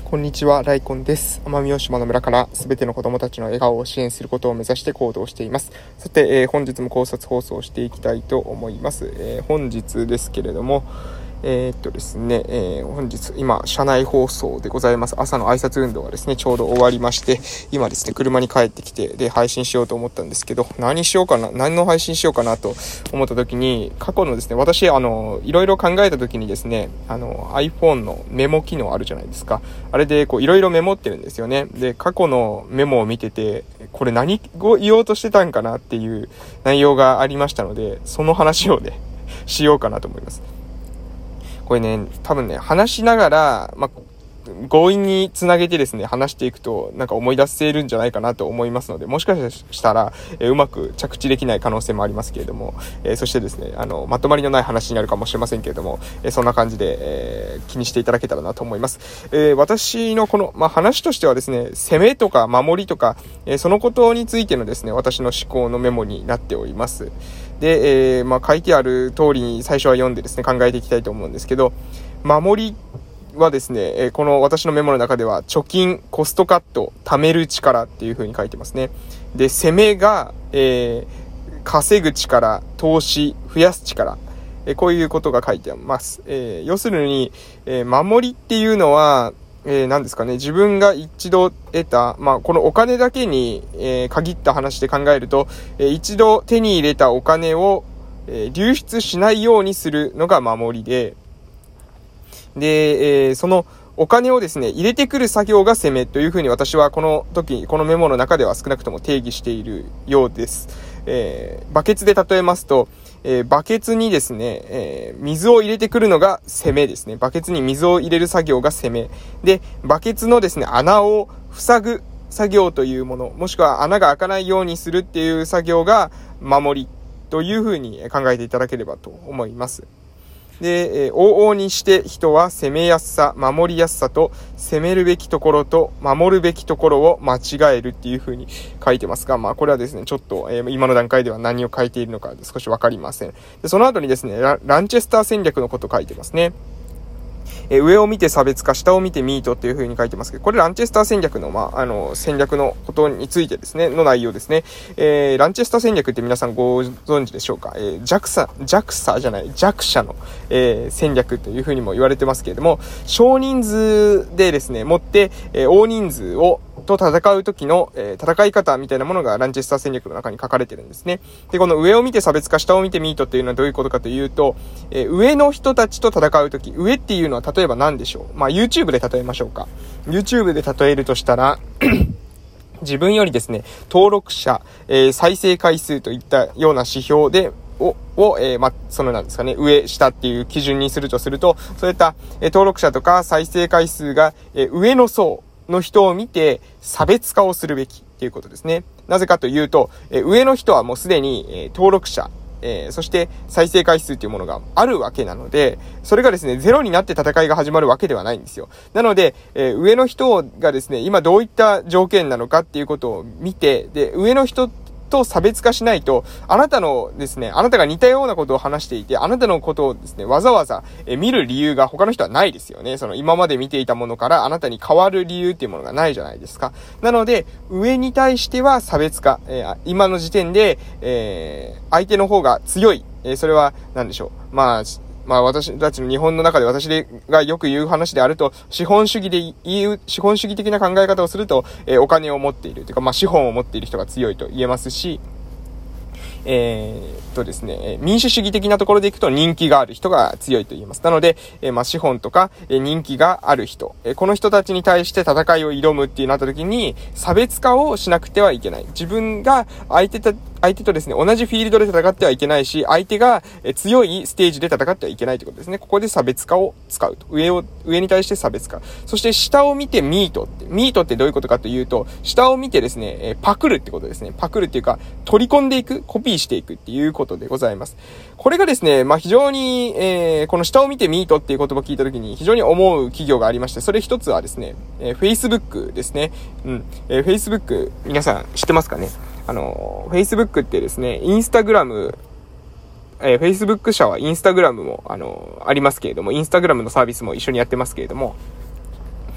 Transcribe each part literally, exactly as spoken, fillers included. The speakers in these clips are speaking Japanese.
こんにちは、ライコンです。奄美大島の村からすべての子供たちの笑顔を支援することを目指して行動しています。さて、えー、本日も考察放送をしていきたいと思います。えー、本日ですけれども、えー、っとですね、えー、本日今車内放送でございます。朝の挨拶運動がですねちょうど終わりまして、今ですね車に帰ってきてで配信しようと思ったんですけど、何しようかな何の配信しようかなと思った時に、過去のですね私あのいろいろ考えた時にですね、あの iPhone のメモ機能あるじゃないですか。あれでこういろいろメモってるんですよね。で過去のメモを見てて、これ何を言おうとしてたんかなっていう内容がありましたので、その話をねしようかなと思います。これね、多分ね、話しながら、まあ、強引につなげてですね、話していくと、なんか思い出せるんじゃないかなと思いますので、もしかしたら、えー、うまく着地できない可能性もありますけれども、えー、そしてですね、あの、まとまりのない話になるかもしれませんけれども、えー、そんな感じで、えー、気にしていただけたらなと思います。えー、私のこの、まあ、話としてはですね、攻めとか守りとか、えー、そのことについてのですね、私の思考のメモになっております。で、えー、まあ、書いてある通りに最初は読んでですね、考えていきたいと思うんですけど、守りはですね、えー、この私のメモの中では、貯金、コストカット、貯める力っていう風に書いてますね。で、攻めが、えー、稼ぐ力、投資、増やす力、えー、こういうことが書いてあります。えー、要するに、えー、守りっていうのは、えー、何ですかね、自分が一度得た、まあ、このお金だけに、えー、限った話で考えると、えー、一度手に入れたお金を、えー、流出しないようにするのが守りで、で、えー、そのお金をですね、入れてくる作業が攻めというふうに私はこの時、このメモの中では少なくとも定義しているようです。えー、バケツで例えますと、えー、バケツにですね、えー、水を入れてくるのが攻めですね。バケツに水を入れる作業が攻め。で、バケツのですね、穴を塞ぐ作業というもの、もしくは穴が開かないようにするっていう作業が守りというふうに考えていただければと思います。で、えー、往々にして人は攻めやすさ、守りやすさと、攻めるべきところと守るべきところを間違えるっていう風に書いてますが、まあこれはですね、ちょっと、えー、今の段階では何を書いているのか少しわかりません。で、その後にですねラ、ランチェスター戦略のことを書いてますね。えー、上を見て差別化、下を見てミートっていう風に書いてますけど、これランチェスター戦略の、まあ、あの、戦略のことについてですね、の内容ですね。えー、ランチェスター戦略って皆さんご存知でしょうか？えー、ジャクサ、ジャクサじゃない、弱者の、えー、戦略という風にも言われてますけれども、少人数でですね、持って、えー、大人数を、と戦う時の、えー、戦い方みたいなものがランチェスター戦略の中に書かれてるんですね。で、この上を見て差別化、下を見てミートっていうのはどういうことかというと、えー、上の人たちと戦う時、上っていうのは例えば何でしょう？まあ YouTube で例えましょうか。YouTube で例えるとしたら自分よりですね、登録者、えー、再生回数といったような指標でを、を、えー、ま、そのなんですかね、上、下っていう基準にするとすると、そういった、えー、登録者とか再生回数が、えー、上の層の人を見て差別化をするべきっていうことですね。なぜかというと、えー、上の人はもうすでに、えー、登録者、えー、そして再生回数というものがあるわけなので、それがですね、ゼロになって戦いが始まるわけではないんですよ。なので、えー、上の人がですね、今どういった条件なのかっていうことを見て、で、上の人と差別化しないと、あなたのですね、あなたが似たようなことを話していて、あなたのことをですね、わざわざえ見る理由が他の人はないですよね。その今まで見ていたものからあなたに変わる理由っていうものがないじゃないですか。なので、上に対しては差別化、えー、今の時点で、えー、相手の方が強い、えー、それは何でしょう。まあ、まあ私たちの日本の中で私がよく言う話であると、資本主義で言う、資本主義的な考え方をすると、えー、お金を持っているというか、まあ資本を持っている人が強いと言えますし、えー、っとですね、民主主義的なところでいくと人気がある人が強いと言います。なので、えー、まあ資本とか、えー、人気がある人、えー、この人たちに対して戦いを挑むっていうなった時に差別化をしなくてはいけない。自分が相手と相手とですね、同じフィールドで戦ってはいけないし、相手が強いステージで戦ってはいけないということですね。ここで差別化を使うと。上を、上に対して差別化。そして下を見てミートって。ミートってどういうことかというと、下を見てですね、パクるってことですね。パクるっていうか、取り込んでいく、コピーしていくっていうことでございます。これがですね、まあ非常に、えー、この下を見てミートっていう言葉を聞いたときに非常に思う企業がありまして、それ一つはですね、えー、Facebook ですね。うん。えー、Facebook、皆さん知ってますかね？あの、Facebook ってですね、インスタグラム、えー、Facebook 社はインスタグラムも、あの、ありますけれども、インスタグラムのサービスも一緒にやってますけれども、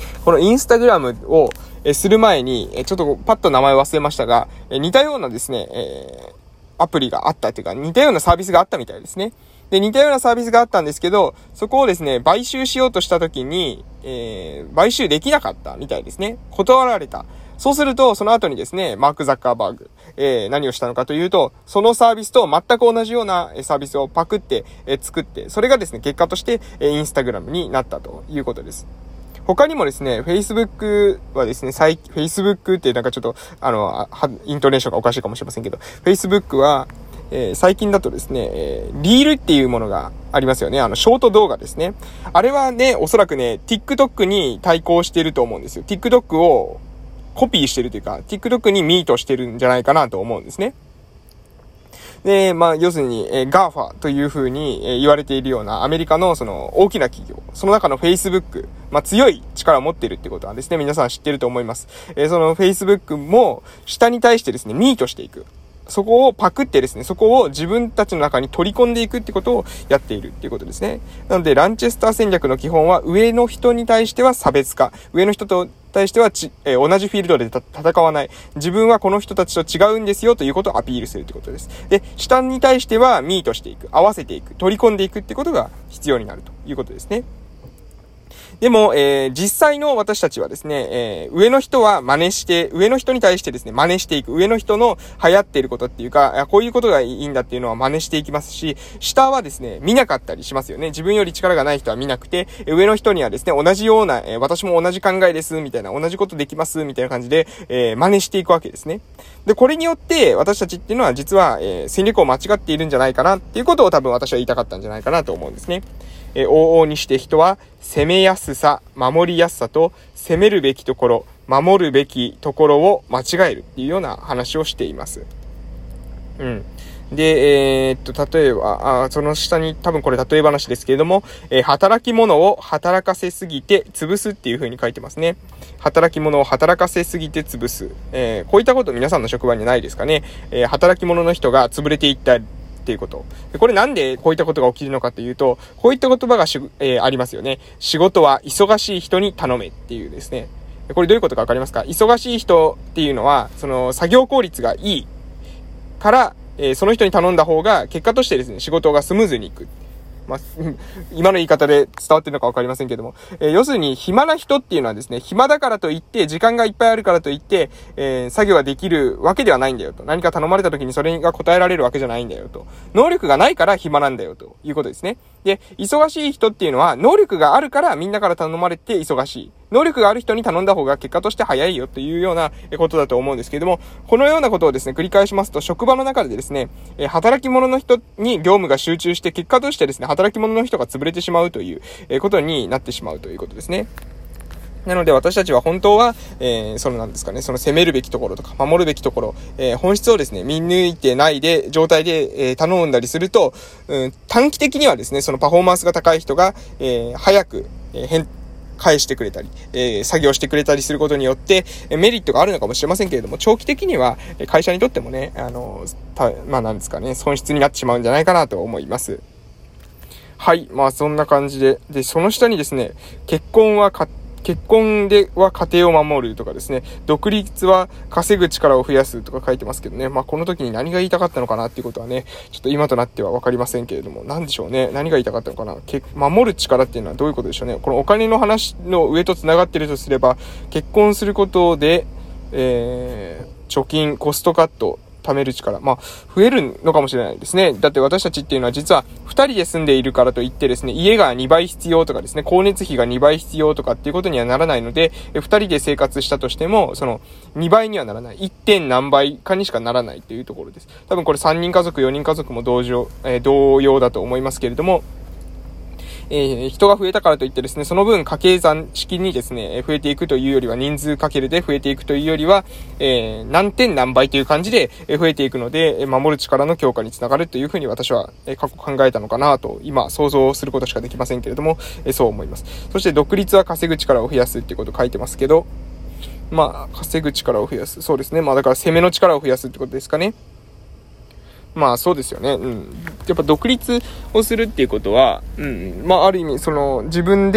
このインスタグラムをえする前に、えちょっとパッと名前忘れましたが、え似たようなですね、えー、アプリがあったっていうか、似たようなサービスがあったみたいですね。で、似たようなサービスがあったんですけど、そこをですね、買収しようとした時に、えー、買収できなかったみたいですね。断られた。そうすると、その後にですね、マーク・ザッカーバーグ、えー、何をしたのかというと、そのサービスと全く同じようなサービスをパクって、えー、作って、それがですね、結果として、えー、インスタグラムになったということです。他にもですね、Facebook はですね、最、Facebook ってなんかちょっと、あの、イントネーションがおかしいかもしれませんけど、Facebook は、えー、最近だとですね、えー、リールっていうものがありますよね。あの、ショート動画ですね。あれはね、おそらくね、TikTok に対抗してると思うんですよ。TikTok をコピーしてるというか、TikTok にミートしてるんじゃないかなと思うんですね。で、まあ、要するに、えー、ガーファ という風に、えー、言われているようなアメリカのその大きな企業、その中の Facebook、まあ、強い力を持っているってことはですね、皆さん知ってると思います。えー、その Facebook も下に対してですね、ミートしていく。そこをパクってですね、そこを自分たちの中に取り込んでいくってことをやっているっていうことですね。なので、ランチェスター戦略の基本は、上の人に対しては差別化。上の人と対してはち、えー、同じフィールドで戦わない。自分はこの人たちと違うんですよということをアピールするってことです。で、下に対してはミートしていく。合わせていく。取り込んでいくってことが必要になるということですね。でも、えー、実際の私たちはですね、えー、上の人は真似して、上の人に対してですね、真似していく。上の人の流行っていることっていうか、こういうことがいいんだっていうのは真似していきますし、下はですね、見なかったりしますよね。自分より力がない人は見なくて、上の人にはですね、同じような、えー、私も同じ考えです、みたいな、同じことできます、みたいな感じで、えー、真似していくわけですね。で、これによって、私たちっていうのは実は、えー、戦略を間違っているんじゃないかなっていうことを多分私は言いたかったんじゃないかなと思うんですね。えー、往々にして人は攻めやすさ、守りやすさと攻めるべきところ、守るべきところを間違えるっていうような話をしています。うん。で、えー、っと、例えば、あ、その下に多分これ例え話ですけれども、えー、働き者を働かせすぎて潰すっていう風に書いてますね。働き者を働かせすぎて潰す。えー、こういったこと皆さんの職場にないですかね。えー、働き者の人が潰れていったり、っていうこと。これなんでこういったことが起きるのかというと、こういった言葉がし、えー、ありますよね。仕事は忙しい人に頼めっていうですね。これどういうことかわかりますか？忙しい人っていうのは、その作業効率がいいから、えー、その人に頼んだ方が結果としてですね、仕事がスムーズにいく。まあ、今の言い方で伝わってるのかわかりませんけども、えー、要するに暇な人っていうのはですね、暇だからといって、時間がいっぱいあるからといって、えー、作業ができるわけではないんだよと。何か頼まれた時にそれが答えられるわけじゃないんだよと。能力がないから暇なんだよということですね。で、忙しい人っていうのは、能力があるからみんなから頼まれて忙しい。能力がある人に頼んだ方が結果として早いよというようなことだと思うんですけれども、このようなことをですね、繰り返しますと、職場の中でですね、働き者の人に業務が集中して、結果としてですね、働き者の人が潰れてしまうということになってしまうということですね。なので私たちは本当は、えー、そのなんですかね、その攻めるべきところとか守るべきところ、えー、本質をですね、見抜いてないで、状態で、えー、頼んだりすると、うん、短期的にはですね、そのパフォーマンスが高い人が、えー、早く、えー、変、返してくれたり、えー、作業してくれたりすることによって、えー、メリットがあるのかもしれませんけれども、長期的には、会社にとってもね、あの、た、まあなんですかね、損失になってしまうんじゃないかなと思います。はい。まあそんな感じで、で、その下にですね、結婚はか、結婚では家庭を守るとかですね、独立は稼ぐ力を増やすとか書いてますけどね、まあこの時に何が言いたかったのかなっていうことはね、ちょっと今となってはわかりませんけれども、なんでしょうね、何が言いたかったのかな、け守る力っていうのはどういうことでしょうね。このお金の話の上と繋がっているとすれば、結婚することで、えー、貯金、コストカット、貯める力。まあ、増えるのかもしれないですね。だって私たちっていうのは実は二人で住んでいるからといってですね、家がにばい必要とかですね、光熱費がにばい必要とかっていうことにはならないので、二人で生活したとしても、そのにばいにはならない。いってん何倍かにしかならないというところです。多分これさんにん家族、よにん家族も同様、えー、同様だと思いますけれども、えー、人が増えたからといってですね、その分家計算式にですね、増えていくというよりは、人数かけるで増えていくというよりは、えー、何点何倍という感じで増えていくので、守る力の強化につながるというふうに私は過去考えたのかなと、今想像することしかできませんけれども、そう思います。そして独立は稼ぐ力を増やすっていうことを書いてますけど、まあ、稼ぐ力を増やす。そうですね。まあだから攻めの力を増やすってことですかね。まあそうですよね。うん。やっぱ独立をするっていうことは、うん。まあある意味、その自分で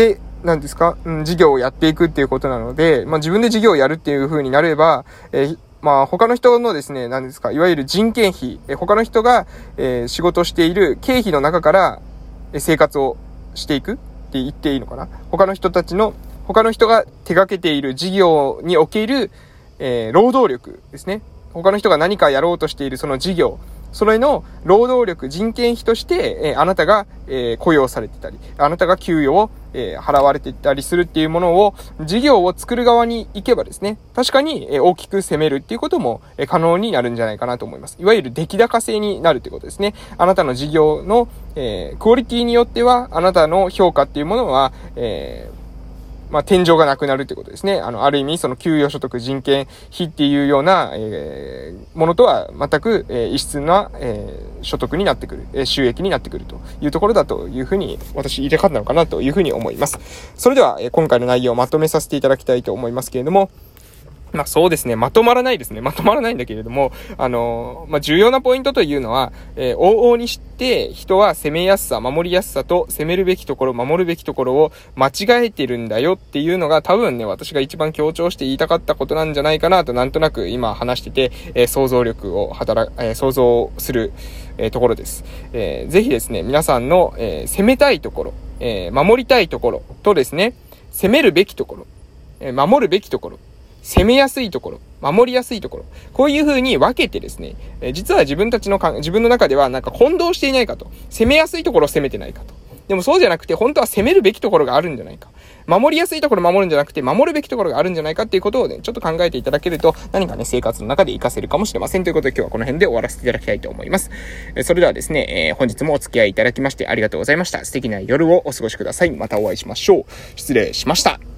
何ですか、うん、事業をやっていくっていうことなので、まあ自分で事業をやるっていう風になれば、えーまあ他の人のですね、何ですか、いわゆる人件費、え他の人が、えー、仕事している経費の中から生活をしていくって言っていいのかな。他の人たちの、他の人が手掛けている事業における、えー、労働力ですね。他の人が何かやろうとしているその事業、それの労働力、人件費として、えー、あなたが、えー、雇用されてたり、あなたが給与を、えー、払われてたりするっていうものを、事業を作る側に行けばですね、確かに、えー、大きく攻めるっていうことも、えー、可能になるんじゃないかなと思います。いわゆる出来高制になるってことですね。あなたの事業の、えー、クオリティによっては、あなたの評価っていうものは、えーまあ、天井がなくなるってことですね。あの、ある意味、その給与所得、人件費っていうような、えー、ものとは全く、えー、異質な、えー、所得になってくる、えー、収益になってくるというところだというふうに、私言いたかったのかなというふうに思います。それでは、えー、今回の内容をまとめさせていただきたいと思いますけれども、まあそうですね。まとまらないですね。まとまらないんだけれども、あのー、まあ重要なポイントというのは、えー、往々にして人は攻めやすさ、守りやすさと攻めるべきところ、守るべきところを間違えてるんだよっていうのが多分ね、私が一番強調して言いたかったことなんじゃないかなとなんとなく今話してて、えー、想像力を働、えー、想像する、えー、ところです。えー、ぜひですね、皆さんの、えー、攻めたいところ、えー、守りたいところとですね、攻めるべきところ、えー、守るべきところ、攻めやすいところ、守りやすいところ。こういう風に分けてですね、えー、実は自分たちのか、自分の中ではなんか混同していないかと。攻めやすいところを攻めてないかと。でもそうじゃなくて、本当は攻めるべきところがあるんじゃないか。守りやすいところ守るんじゃなくて、守るべきところがあるんじゃないかっていうことをね、ちょっと考えていただけると、何かね、生活の中で活かせるかもしれません。ということで今日はこの辺で終わらせていただきたいと思います。えー、それではですね、えー、本日もお付き合いいただきましてありがとうございました。素敵な夜をお過ごしください。またお会いしましょう。失礼しました。